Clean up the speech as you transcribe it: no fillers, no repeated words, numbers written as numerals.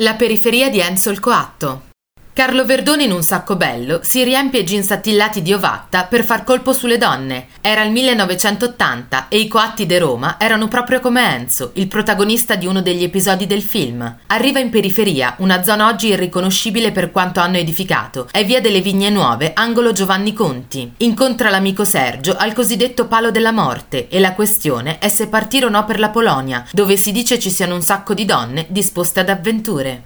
La periferia di Enzo il Coatto. Carlo Verdone in un sacco bello si riempie i jeans attillati di ovatta per far colpo sulle donne. Era il 1980 e i coatti de Roma erano proprio come Enzo, il protagonista di uno degli episodi del film. Arriva in periferia, una zona oggi irriconoscibile per quanto hanno edificato. È via delle Vigne Nuove, angolo Giovanni Conti. Incontra l'amico Sergio al cosiddetto Palo della Morte e la questione è se partire o no per la Polonia, dove si dice ci siano un sacco di donne disposte ad avventure.